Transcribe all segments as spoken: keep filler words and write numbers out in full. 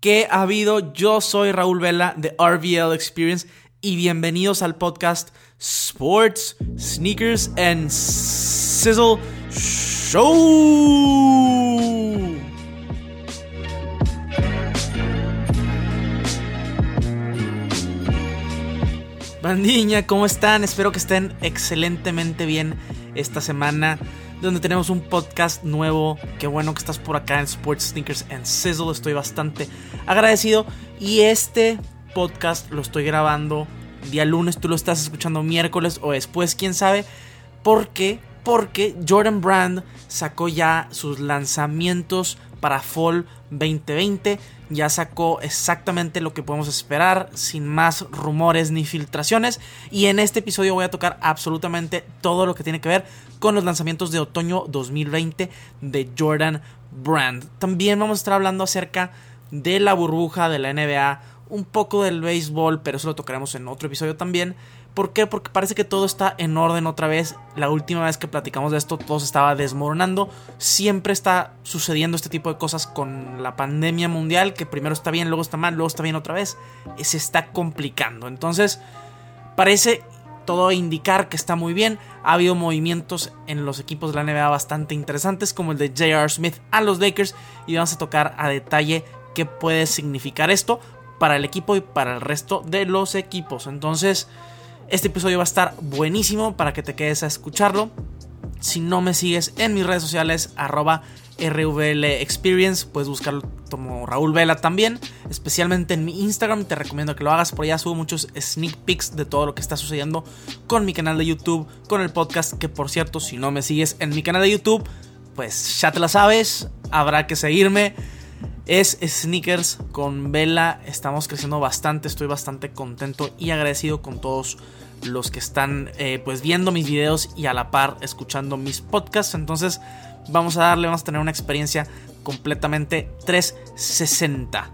¿Qué ha habido? Yo soy Raúl Vela de R V L Experience y bienvenidos al podcast Sports, Sneakers and Sizzle Show. Bandiña, ¿cómo están? Espero que estén excelentemente bien esta semana, donde tenemos un podcast nuevo. Qué bueno que estás por acá en Sports, Sneakers and Sizzle. Estoy bastante agradecido. Y este podcast lo estoy grabando día lunes. Tú lo estás escuchando miércoles o después, quién sabe. ¿Por qué? Porque Jordan Brand sacó ya sus lanzamientos para Fall veinte veinte. Ya sacó exactamente lo que podemos esperar, sin más rumores ni filtraciones. Y en este episodio voy a tocar absolutamente todo lo que tiene que ver con los lanzamientos de otoño dos mil veinte de Jordan Brand. También vamos a estar hablando acerca de la burbuja de la N B A, un poco del béisbol, pero eso lo tocaremos en otro episodio también. ¿Por qué? Porque parece que todo está en orden otra vez. La última vez que platicamos de esto, todo se estaba desmoronando. Siempre está sucediendo este tipo de cosas con la pandemia mundial, que primero está bien, luego está mal, luego está bien otra vez. Se está complicando. Entonces, parece todo indicar que está muy bien. Ha habido movimientos en los equipos de la N B A bastante interesantes, como el de J R Smith a los Lakers. Y vamos a tocar a detalle qué puede significar esto para el equipo y para el resto de los equipos. Entonces, este episodio va a estar buenísimo para que te quedes a escucharlo. Si no me sigues en mis redes sociales, arroba R V L Experience, puedes buscarlo como Raúl Vela también, especialmente en mi Instagram. Te recomiendo que lo hagas, por allá subo muchos sneak peeks de todo lo que está sucediendo con mi canal de YouTube, con el podcast, que por cierto, si no me sigues en mi canal de YouTube, pues ya te la sabes, habrá que seguirme. Es Sneakers con Vela. Estamos creciendo bastante. Estoy bastante contento y agradecido con todos los que están eh, pues viendo mis videos y a la par escuchando mis podcasts. Entonces vamos a darle, vamos a tener una experiencia completamente trescientos sesenta.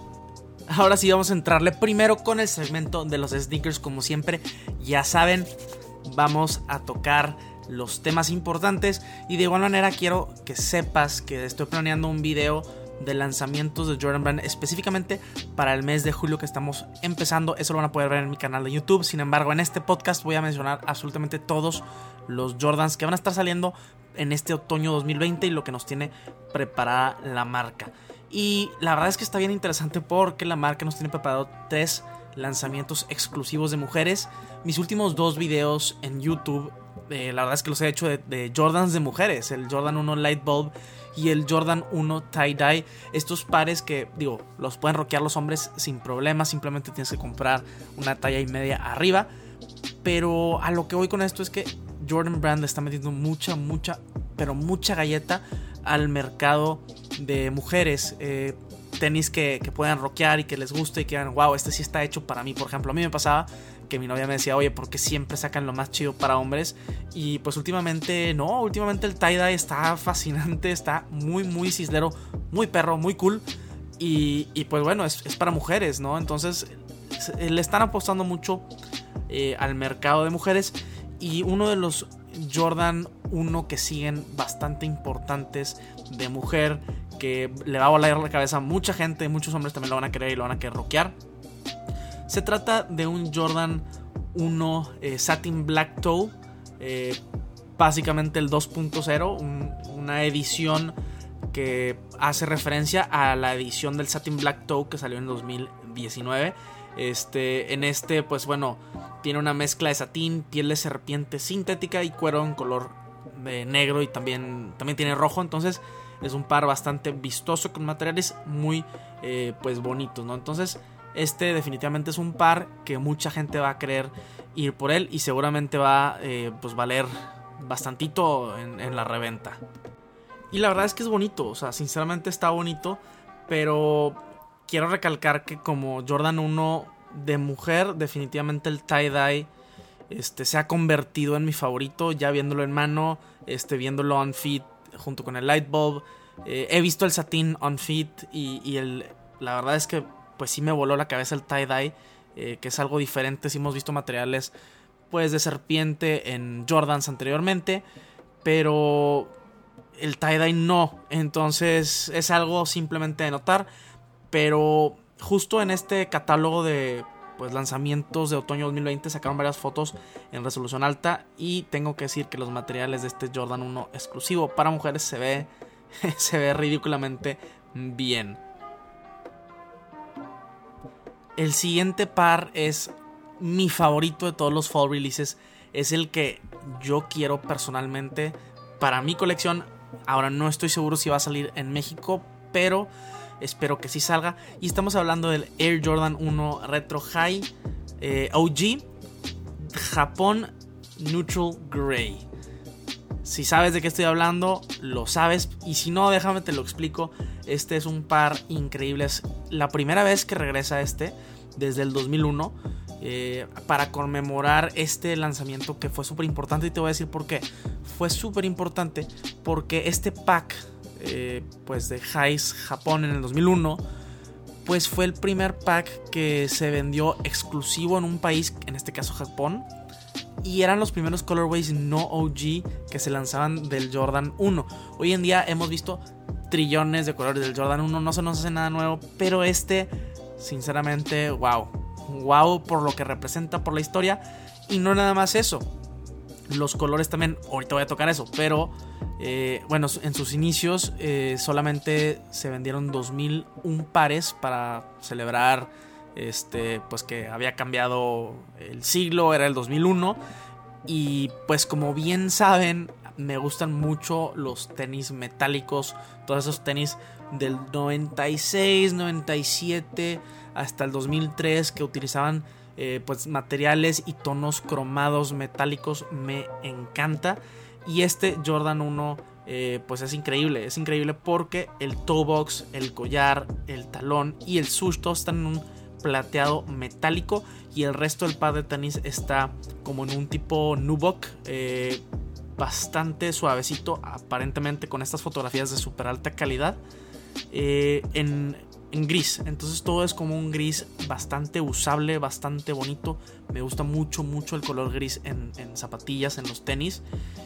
Ahora sí vamos a entrarle primero con el segmento de los sneakers. Como siempre, ya saben, vamos a tocar los temas importantes. Y de igual manera quiero que sepas que estoy planeando un video de lanzamientos de Jordan Brand específicamente para el mes de julio que estamos empezando. Eso lo van a poder ver en mi canal de YouTube. Sin embargo, en este podcast voy a mencionar absolutamente todos los Jordans que van a estar saliendo en este otoño dos mil veinte y lo que nos tiene preparada la marca. Y la verdad es que está bien interesante porque la marca nos tiene preparado tres lanzamientos exclusivos de mujeres. Mis últimos dos videos en YouTube, eh, la verdad es que los he hecho de, de Jordans de mujeres. El Jordan uno Light Bulb y el Jordan uno Tie-Dye. Estos pares que, digo, los pueden rockear los hombres sin problema. Simplemente tienes que comprar una talla y media arriba. Pero a lo que voy con esto es que Jordan Brand está metiendo mucha, mucha, pero mucha galleta al mercado de mujeres. Eh, tenis que, que puedan rockear y que les guste y que digan, wow, este sí está hecho para mí. Por ejemplo, a mí me pasaba que mi novia me decía, oye, ¿por qué siempre sacan lo más chido para hombres? Y pues últimamente, no, últimamente el tie-dye está fascinante, está muy, muy cislero, muy perro, muy cool. Y, y pues bueno, es, es para mujeres, ¿no? Entonces le están apostando mucho eh, al mercado de mujeres. Y uno de los Jordan uno que siguen bastante importantes de mujer, que le va a volar la cabeza a mucha gente, muchos hombres también lo van a querer y lo van a querer rockear. Se trata de un Jordan uno eh, Satin Black Toe, eh, básicamente el dos punto cero, un, una edición que hace referencia a la edición del Satin Black Toe que salió en dos mil diecinueve. Este, en este, pues bueno, tiene una mezcla de satín, piel de serpiente sintética y cuero en color de negro y también, también tiene rojo. Entonces es un par bastante vistoso con materiales muy eh, pues bonitos, ¿no? Entonces este definitivamente es un par que mucha gente va a querer ir por él y seguramente va a eh, pues valer bastantito en, en la reventa. Y la verdad es que es bonito, o sea, sinceramente está bonito, pero quiero recalcar que como Jordan uno de mujer, definitivamente el tie-dye este, se ha convertido en mi favorito, ya viéndolo en mano, este, viéndolo on fit junto con el light bulb. Eh, he visto el satín on fit y, y el, la verdad es que pues sí me voló la cabeza el tie-dye, eh, que es algo diferente. Sí hemos visto materiales pues de serpiente en Jordans anteriormente, pero el tie-dye no. Entonces es algo simplemente de notar. Pero justo en este catálogo de pues lanzamientos de otoño dos mil veinte sacaron varias fotos en resolución alta, y tengo que decir que los materiales de este Jordan uno exclusivo para mujeres se ve se ve ridículamente bien. El siguiente par es mi favorito de todos los fall releases, es el que yo quiero personalmente para mi colección. Ahora no estoy seguro si va a salir en México, pero espero que sí salga. Y estamos hablando del Air Jordan uno Retro High eh, O G Japón Neutral Grey. Si sabes de qué estoy hablando, lo sabes, y si no, déjame te lo explico. Este es un par increíble. Es la primera vez que regresa este desde el dos mil uno, eh, para conmemorar este lanzamiento que fue súper importante. Y te voy a decir por qué. Fue súper importante porque este pack eh, pues de Highs Japón en el dos mil uno, pues fue el primer pack que se vendió exclusivo en un país, en este caso Japón, y eran los primeros colorways no O G que se lanzaban del Jordan uno. Hoy en día hemos visto trillones de colores del Jordan uno, no se nos hace nada nuevo, pero este, sinceramente, wow, wow por lo que representa, por la historia. Y no nada más eso, los colores también, ahorita voy a tocar eso, pero eh, bueno, en sus inicios eh, solamente se vendieron dos mil un pares para celebrar este, pues que había cambiado el siglo, era el dos mil uno. Y pues como bien saben, me gustan mucho los tenis metálicos, todos esos tenis del noventa y seis, noventa y siete hasta el dos mil tres que utilizaban eh, pues materiales y tonos cromados metálicos. Me encanta. Y este Jordan uno eh, pues es increíble, es increíble porque el toe box, el collar, el talón y el sush todos están en un plateado metálico, y el resto del par de tenis está como en un tipo nubuck, eh, bastante suavecito, aparentemente con estas fotografías de super alta calidad, eh, en, en gris. Entonces todo es como un gris bastante usable, bastante bonito. Me gusta mucho, mucho el color gris en, en zapatillas, en los tenis,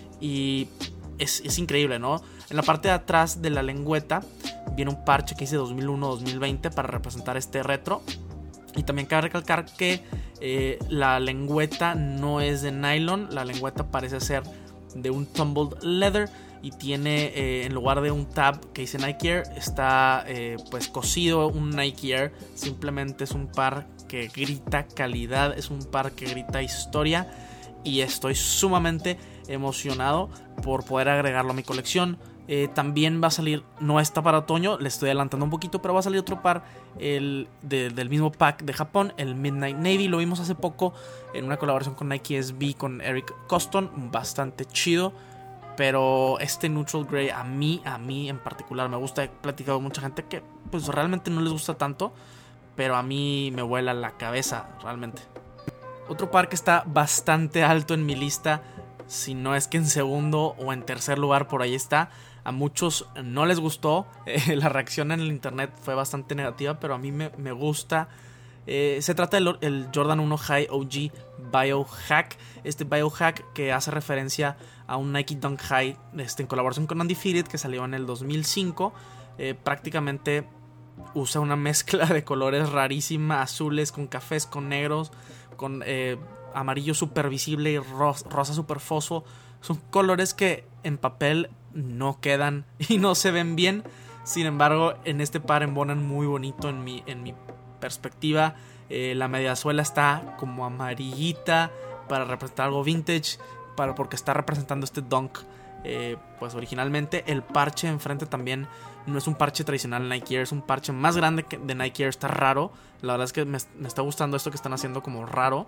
y es, es increíble, ¿no? En la parte de atrás de la lengüeta viene un parche que dice dos mil uno dos mil veinte para representar este retro. Y también cabe recalcar que eh, la lengüeta no es de nylon, la lengüeta parece ser de un tumbled leather, y tiene eh, en lugar de un tab que dice Nike Air, está eh, pues cosido un Nike Air. Simplemente es un par que grita calidad, es un par que grita historia, y estoy sumamente emocionado por poder agregarlo a mi colección. Eh, también va a salir, no está para otoño, le estoy adelantando un poquito, pero va a salir otro par el, de, del mismo pack de Japón, el Midnight Navy. Lo vimos hace poco en una colaboración con Nike S B con Eric Coston, bastante chido. Pero este Neutral Grey a mí, a mí en particular me gusta. He platicado con mucha gente que pues realmente no les gusta tanto, pero a mí me vuela la cabeza realmente. Otro par que está bastante alto en mi lista, si no es que en segundo o en tercer lugar, por ahí está. A muchos no les gustó, eh, la reacción en el internet fue bastante negativa, pero a mí me, me gusta. Eh, se trata del el Jordan uno High O G Biohack. Este Biohack que hace referencia a un Nike Dunk High este, en colaboración con Undefeated, que salió en el dos mil cinco. Eh, prácticamente usa una mezcla de colores rarísima, azules con cafés, con negros, con eh, amarillo super visible y ros- rosa super fosfo. Son colores que en papel no quedan y no se ven bien. Sin embargo, en este par embonan muy bonito en mi, en mi perspectiva. Eh, la mediasuela está como amarillita para representar algo vintage, para, porque está representando este dunk. Eh, pues originalmente el parche enfrente también no es un parche tradicional de Nike Air, es un parche más grande que de Nike Air. Está raro. La verdad es que me, me está gustando esto que están haciendo como raro.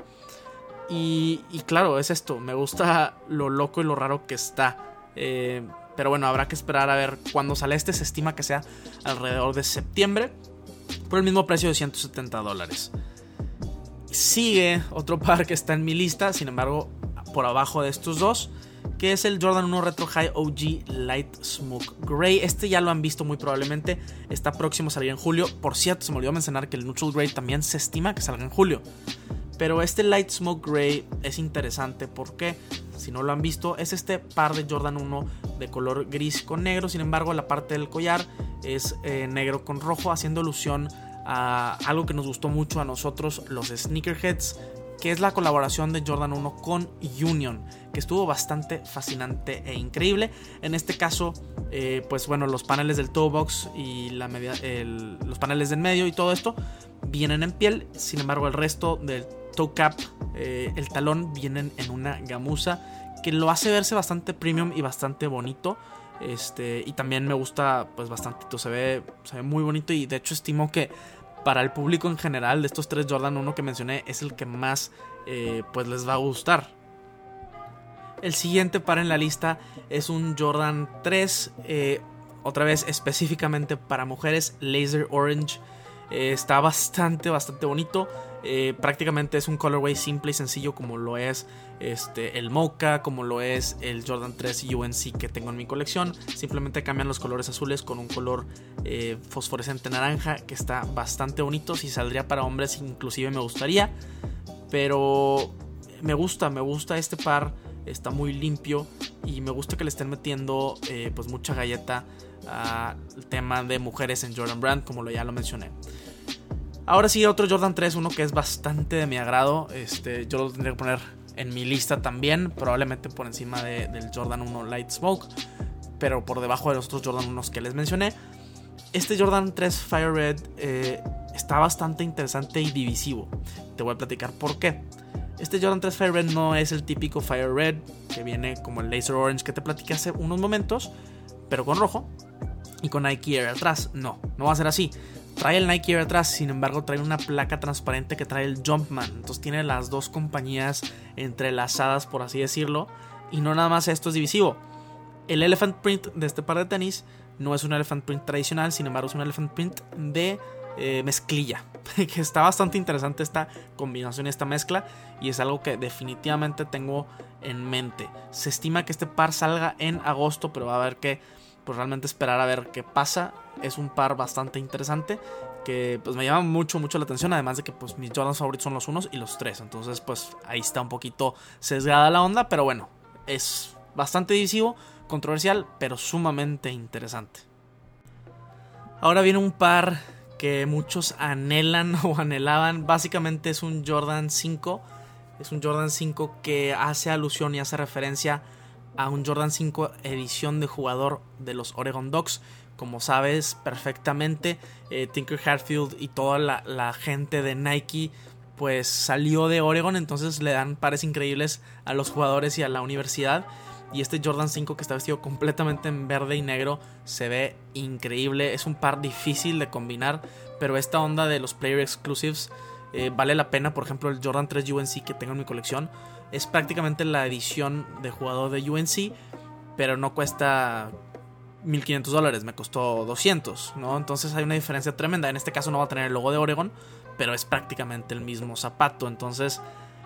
Y, y claro, es esto. Me gusta lo loco y lo raro que está. Eh, pero bueno, habrá que esperar a ver cuándo sale este. Se estima que sea alrededor de septiembre, por el mismo precio de ciento setenta dólares. Sigue otro par que está en mi lista, sin embargo, por abajo de estos dos, que es el Jordan uno Retro High O G Light Smoke Grey. Este ya lo han visto muy probablemente. Está próximo a salir en julio. Por cierto, se me olvidó mencionar que el Neutral Grey también se estima que salga en julio. Pero este Light Smoke Grey es interesante porque, si no lo han visto, es este par de Jordan uno de color gris con negro. Sin embargo, la parte del collar es eh, negro con rojo, haciendo alusión a algo que nos gustó mucho a nosotros, los Sneakerheads, que es la colaboración de Jordan uno con Union, que estuvo bastante fascinante e increíble. En este caso, eh, pues bueno, los paneles del toe box y la media, el, los paneles del medio y todo esto vienen en piel. Sin embargo, el resto del toe cap, eh, el talón, vienen en una gamuza, que lo hace verse bastante premium y bastante bonito. Este, y también me gusta pues bastante, se ve, se ve muy bonito, y de hecho estimo que para el público en general de estos tres Jordan uno que mencioné es el que más eh, pues les va a gustar. El siguiente par en la lista es un Jordan tres, eh, otra vez específicamente para mujeres, Laser Orange. Eh, está bastante, bastante bonito. Eh, prácticamente es un colorway simple y sencillo, como lo es este, el Mocha, como lo es el Jordan tres U N C que tengo en mi colección. Simplemente cambian los colores azules con un color eh, fosforescente naranja, que está bastante bonito. Si saldría para hombres inclusive me gustaría, pero me gusta, me gusta este par. Está muy limpio y me gusta que le estén metiendo eh, pues mucha galleta al tema de mujeres en Jordan Brand, como lo, ya lo mencioné. Ahora sí, otro Jordan tres, uno que es bastante de mi agrado. Este, yo lo tendría que poner en mi lista también, probablemente por encima de, del Jordan uno Light Smoke, pero por debajo de los otros Jordan uno que les mencioné. Este Jordan tres Fire Red eh, está bastante interesante y divisivo. Te voy a platicar por qué. Este Jordan tres Fire Red no es el típico Fire Red que viene como el Laser Orange que te platiqué hace unos momentos, pero con rojo y con Nike Air atrás. No, no va a ser así. Trae el Nike Air atrás, sin embargo trae una placa transparente que trae el Jumpman. Entonces tiene las dos compañías entrelazadas, por así decirlo. Y no nada más esto es divisivo. El Elephant Print de este par de tenis no es un Elephant Print tradicional, sin embargo es un Elephant Print de eh, mezclilla. Que está bastante interesante esta combinación y esta mezcla, y es algo que definitivamente tengo en mente. Se estima que este par salga en agosto, pero va a haber que pues realmente esperar a ver qué pasa. Es un par bastante interesante que pues me llama mucho mucho la atención, además de que pues mis Jordans favoritos son los unos y los tres, entonces pues ahí está un poquito sesgada la onda, pero bueno, es bastante divisivo, controversial, pero sumamente interesante. Ahora viene un par que muchos anhelan o anhelaban. Básicamente es un Jordan cinco. Es un Jordan cinco que hace alusión y hace referencia a un Jordan cinco edición de jugador de los Oregon Ducks. Como sabes perfectamente, eh, Tinker Hatfield y toda la, la gente de Nike pues salió de Oregon, entonces le dan pares increíbles a los jugadores y a la universidad. Y este Jordan cinco, que está vestido completamente en verde y negro, se ve increíble. Es un par difícil de combinar, pero esta onda de los Player Exclusives eh, vale la pena. Por ejemplo, el Jordan tres U N C que tengo en mi colección es prácticamente la edición de jugador de U N C, pero no cuesta mil quinientos dólares, me costó doscientos, ¿no? Entonces hay una diferencia tremenda. En este caso no va a tener el logo de Oregon, pero es prácticamente el mismo zapato. Entonces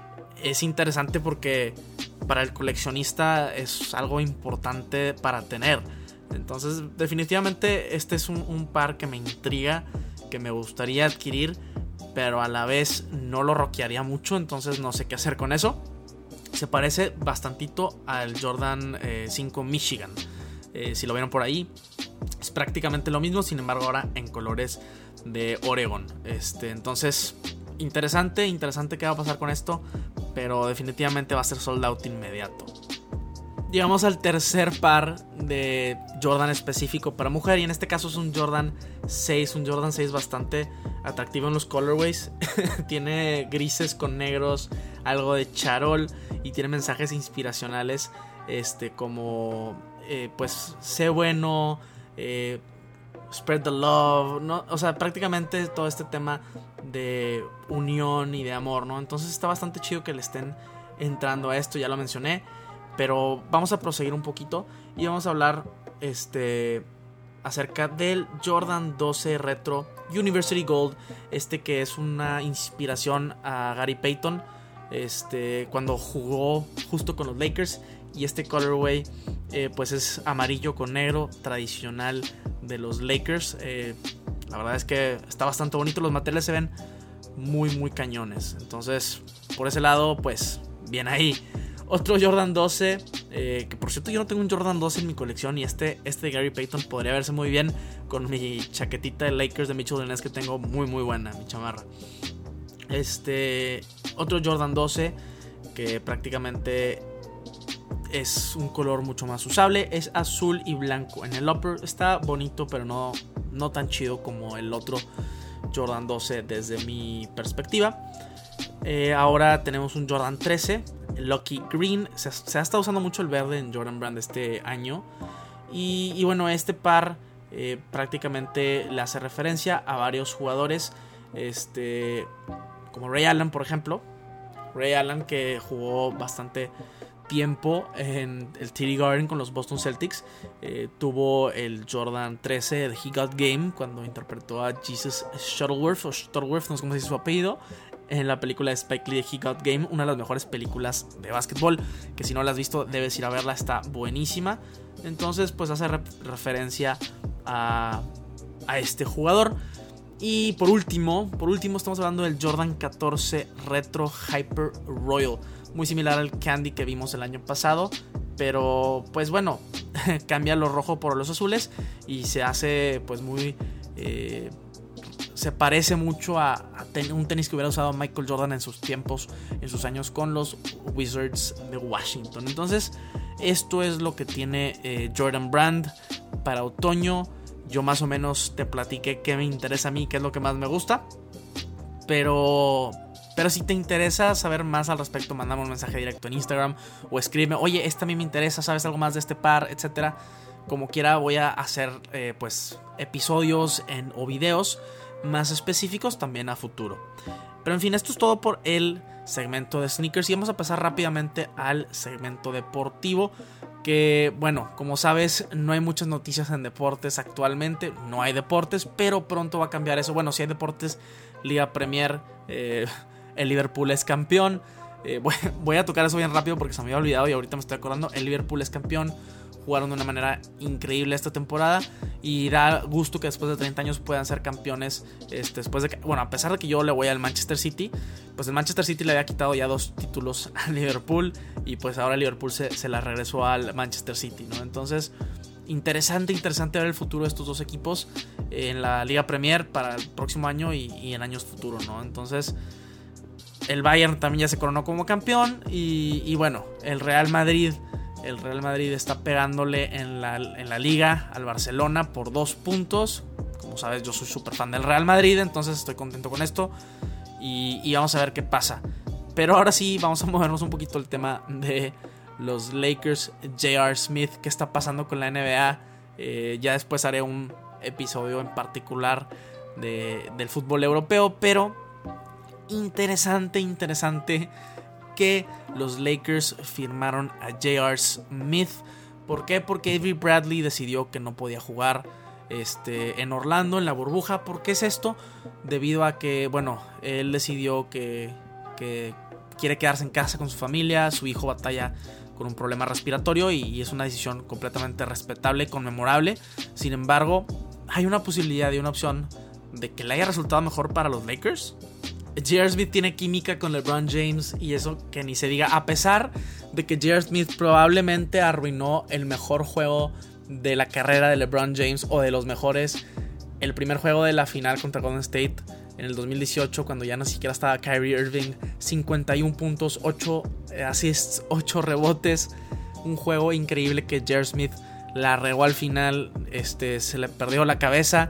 es interesante porque para el coleccionista es algo importante para tener. Entonces definitivamente este es un, un par que me intriga, que me gustaría adquirir, pero a la vez no lo rockearía mucho, entonces no sé qué hacer con eso. Se parece bastantito al Jordan eh, cinco Michigan, eh, si lo vieron por ahí. Es prácticamente lo mismo, sin embargo ahora en colores de Oregon. Este, entonces interesante, interesante qué va a pasar con esto, pero definitivamente va a ser sold out inmediato. Llegamos al tercer par de Jordan específico para mujer, y en este caso es un Jordan seis, un Jordan seis bastante atractivo en los colorways. Tiene grises con negros, algo de charol, y tiene mensajes inspiracionales este, como eh, pues sé bueno, eh, spread the love, ¿no? O sea, prácticamente todo este tema de unión y de amor, ¿no? Entonces está bastante chido que le estén entrando a esto, ya lo mencioné, pero vamos a proseguir un poquito y vamos a hablar este acerca del Jordan doce Retro University Gold, este que es una inspiración a Gary Payton, este cuando jugó justo con los Lakers, y este colorway eh, pues es amarillo con negro, tradicional de los Lakers. Eh, la verdad es que está bastante bonito, los materiales se ven muy muy cañones, entonces por ese lado pues bien ahí. Otro Jordan doce, eh, que por cierto yo no tengo un Jordan doce en mi colección, y este, este de Gary Payton podría verse muy bien con mi chaquetita de Lakers de Mitchell Ness, que tengo muy muy buena, mi chamarra. Este, otro Jordan doce que prácticamente es un color mucho más usable, es azul y blanco. En el upper está bonito, pero no, no tan chido como el otro Jordan doce desde mi perspectiva. Eh, ahora tenemos un Jordan trece, Lucky Green. Se, se ha estado usando mucho el verde en Jordan Brand este año. Y, y bueno, este par eh, prácticamente le hace referencia a varios jugadores, este, como Ray Allen, por ejemplo. Ray Allen, que jugó bastante tiempo en el T D Garden con los Boston Celtics. Eh, tuvo el Jordan trece de He Got Game cuando interpretó a Jesus Shuttleworth, o Shuttleworth, no sé cómo se dice su apellido, en la película de Spike Lee de He Got Game, una de las mejores películas de básquetbol, que si no la has visto debes ir a verla, está buenísima. Entonces pues hace re- referencia a, a este jugador. Y por último, por último estamos hablando del Jordan catorce Retro Hyper Royal, muy similar al Candy que vimos el año pasado, pero pues bueno, cambia lo rojo por los azules y se hace pues muy... Eh, se parece mucho a, a ten, un tenis que hubiera usado Michael Jordan en sus tiempos, en sus años con los Wizards de Washington. Entonces esto es lo que tiene eh, Jordan Brand para otoño. Yo más o menos te platiqué qué me interesa a mí, qué es lo que más me gusta. Pero, pero si te interesa saber más al respecto, mandame un mensaje directo en Instagram o escríbeme, oye, este a mí me interesa, ¿sabes algo más de este par? Etcétera. Como quiera voy a hacer eh, pues episodios en, o videos más específicos también a futuro. Pero en fin, esto es todo por el segmento de sneakers y vamos a pasar rápidamente al segmento deportivo. Que bueno, como sabes, no hay muchas noticias en deportes actualmente. No hay deportes, pero pronto va a cambiar eso. Bueno, si hay deportes, Liga Premier, eh, el Liverpool es campeón. eh, voy, voy a tocar eso bien rápido porque se me había olvidado y ahorita me estoy acordando. El Liverpool es campeón. Jugaron de una manera increíble esta temporada y da gusto que después de treinta años puedan ser campeones. Este, después de que, bueno, a pesar de que yo le voy al Manchester City, pues el Manchester City le había quitado ya dos títulos al Liverpool y pues ahora el Liverpool se, se la regresó al Manchester City, ¿no? Entonces, interesante, interesante ver el futuro de estos dos equipos en la Liga Premier para el próximo año y, y en años futuros, ¿no? Entonces, el Bayern también ya se coronó como campeón y, y bueno, el Real Madrid... El Real Madrid está pegándole en la, en la liga al Barcelona por dos puntos. Como sabes, yo soy súper fan del Real Madrid, entonces estoy contento con esto. Y, y vamos a ver qué pasa. Pero ahora sí, vamos a movernos un poquito el tema de los Lakers, J R. Smith. ¿Qué está pasando con la N B A? Eh, ya después haré un episodio en particular de, del fútbol europeo. Pero interesante, interesante que los Lakers firmaron a J R. Smith. ¿Por qué? Porque Avery Bradley decidió que no podía jugar este, en Orlando, en la burbuja. ¿Por qué es esto? Debido a que, bueno, él decidió que, que quiere quedarse en casa con su familia. Su hijo batalla con un problema respiratorio y, y es una decisión completamente respetable y conmemorable. Sin embargo, hay una posibilidad y una opción de que le haya resultado mejor para los Lakers. J R. Smith tiene química con LeBron James y eso que ni se diga, a pesar de que J R. Smith probablemente arruinó el mejor juego de la carrera de LeBron James o de los mejores, el primer juego de la final contra Golden State en el dos mil dieciocho, cuando ya no siquiera estaba Kyrie Irving. Cincuenta y uno puntos, ocho assists, ocho rebotes, un juego increíble que J R. Smith la regó al final, este, se le perdió la cabeza.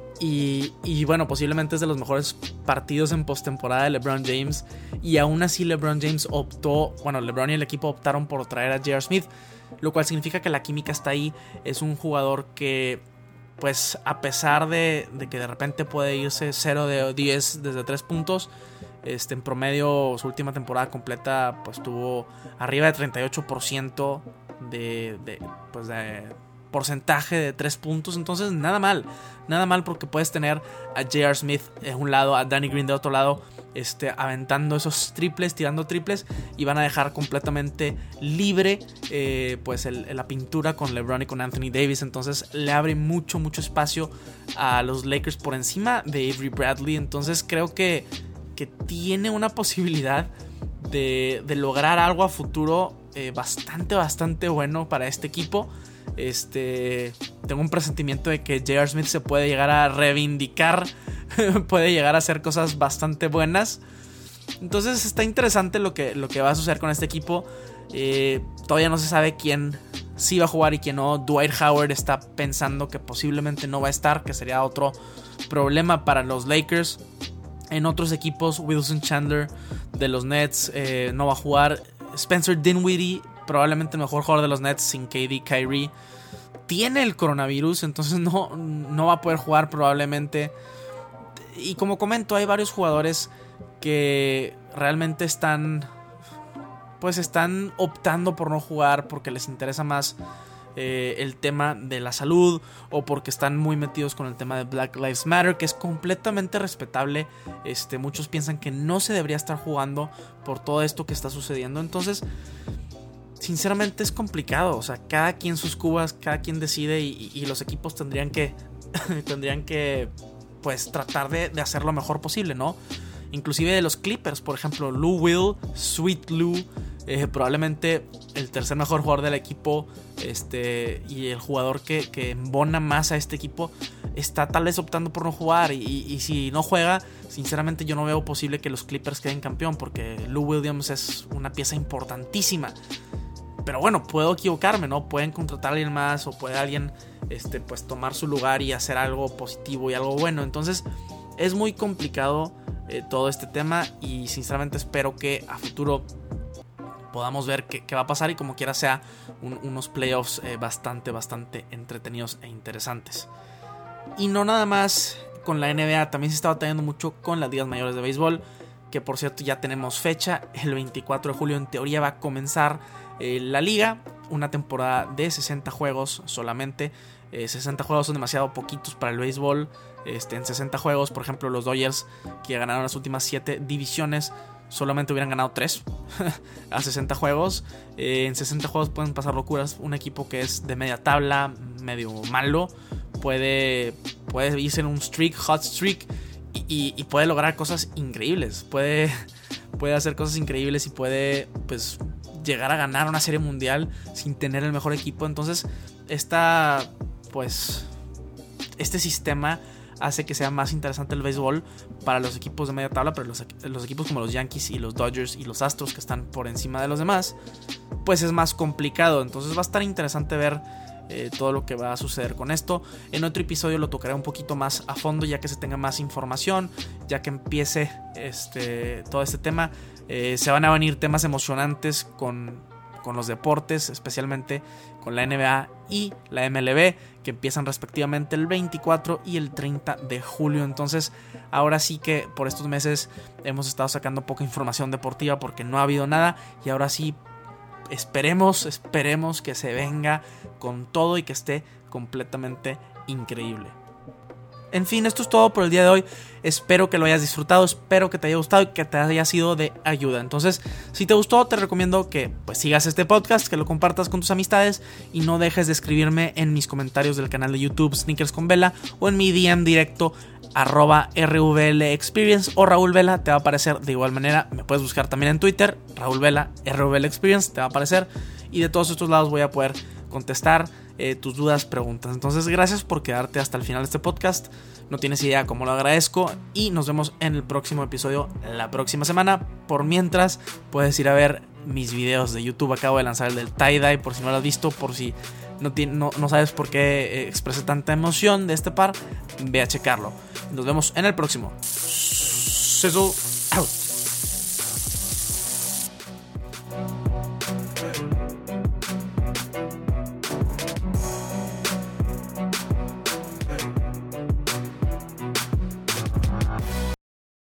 Y, y bueno, posiblemente es de los mejores partidos en postemporada de LeBron James. Y aún así LeBron James optó, bueno, LeBron y el equipo optaron por traer a J R. Smith, lo cual significa que la química está ahí. Es un jugador que, pues a pesar de, de que de repente puede irse cero de diez desde tres puntos, este, en promedio su última temporada completa pues tuvo arriba de treinta y ocho por ciento de, de, pues de porcentaje de tres puntos. Entonces nada mal, nada mal, porque puedes tener a J R. Smith de un lado, a Danny Green de otro lado, este, aventando esos triples, tirando triples, y van a dejar completamente libre eh, pues el, la pintura con LeBron y con Anthony Davis. Entonces le abre mucho, mucho espacio a los Lakers por encima de Avery Bradley. Entonces creo que, que tiene una posibilidad de, de lograr algo a futuro eh, bastante, bastante bueno para este equipo. Este, tengo un presentimiento de que J R. Smith se puede llegar a reivindicar, puede llegar a hacer cosas bastante buenas. Entonces está interesante lo que, lo que va a suceder con este equipo. Eh, todavía no se sabe quién sí va a jugar y quién no. Dwight Howard está pensando que posiblemente no va a estar, que sería otro problema para los Lakers. En otros equipos, Wilson Chandler de los Nets eh, no va a jugar. Spencer Dinwiddie, probablemente el mejor jugador de los Nets sin K D, Kyrie, tiene el coronavirus, entonces no, no va a poder jugar probablemente. Y como comento, hay varios jugadores que realmente están, pues están optando por no jugar porque les interesa más eh, el tema de la salud, o porque están muy metidos con el tema de Black Lives Matter, que es completamente respetable. Este, muchos piensan que no se debería estar jugando por todo esto que está sucediendo. Entonces, sinceramente es complicado. O sea, cada quien sus cubas, cada quien decide, y, y los equipos tendrían que tendrían que pues tratar de, de hacer lo mejor posible, ¿no? Inclusive de los Clippers, por ejemplo, Lou Will, Sweet Lou, eh, probablemente el tercer mejor jugador del equipo, este, y el jugador que, que embona más a este equipo, está tal vez optando por no jugar. Y, y si no juega, sinceramente yo no veo posible que los Clippers queden campeón, porque Lou Williams es una pieza importantísima. Pero bueno, puedo equivocarme, ¿no? Pueden contratar a alguien más, o puede alguien este, pues tomar su lugar y hacer algo positivo y algo bueno. Entonces es muy complicado eh, todo este tema, y sinceramente espero que a futuro podamos ver qué, qué va a pasar, y como quiera sea un, unos playoffs eh, bastante, bastante entretenidos e interesantes. Y no nada más con la N B A, también se está batallando mucho con las ligas mayores de béisbol, que por cierto ya tenemos fecha. El veinticuatro de julio en teoría va a comenzar eh, la liga, una temporada de sesenta juegos solamente. eh, sesenta juegos son demasiado poquitos para el béisbol. Este, en sesenta juegos, por ejemplo, los Dodgers, que ganaron las últimas siete divisiones, solamente hubieran ganado tres a sesenta juegos. Eh, en sesenta juegos pueden pasar locuras. Un equipo que es de media tabla, medio malo, puede, puede irse en un streak, hot streak, y, y, y puede lograr cosas increíbles. Puede, puede hacer cosas increíbles y puede, pues, llegar a ganar una serie mundial sin tener el mejor equipo. Entonces, esta, pues, este sistema hace que sea más interesante el béisbol para los equipos de media tabla, pero los, los equipos como los Yankees y los Dodgers y los Astros, que están por encima de los demás, pues es más complicado. Entonces va a estar interesante ver eh, todo lo que va a suceder con esto. En otro episodio lo tocaré un poquito más a fondo, ya que se tenga más información, ya que empiece este, todo este tema. Eh, se van a venir temas emocionantes con, con los deportes, especialmente con la N B A y la M L B, que empiezan respectivamente el veinticuatro y el treinta de julio. Entonces ahora sí que por estos meses hemos estado sacando poca información deportiva porque no ha habido nada, y ahora sí esperemos, esperemos que se venga con todo y que esté completamente increíble. En fin, esto es todo por el día de hoy. Espero que lo hayas disfrutado, espero que te haya gustado y que te haya sido de ayuda. Entonces, si te gustó, te recomiendo que pues sigas este podcast, que lo compartas con tus amistades, y no dejes de escribirme en mis comentarios del canal de YouTube Sneakers con Vela, o en mi D M directo arroba R V L Experience o Raúl Vela. Te va a aparecer de igual manera. Me puedes buscar también en Twitter, Raúl Vela, R V L Experience, te va a aparecer, y de todos estos lados voy a poder contestar eh, tus dudas, preguntas. Entonces, gracias por quedarte hasta el final de este podcast. No tienes idea cómo lo agradezco, y nos vemos en el próximo episodio la próxima semana. Por mientras, puedes ir a ver mis videos de YouTube. Acabo de lanzar el del tie-dye, por si no lo has visto, por si no, no, no sabes por qué expresé tanta emoción de este par, ve a checarlo. Nos vemos en el próximo. Sizzle out.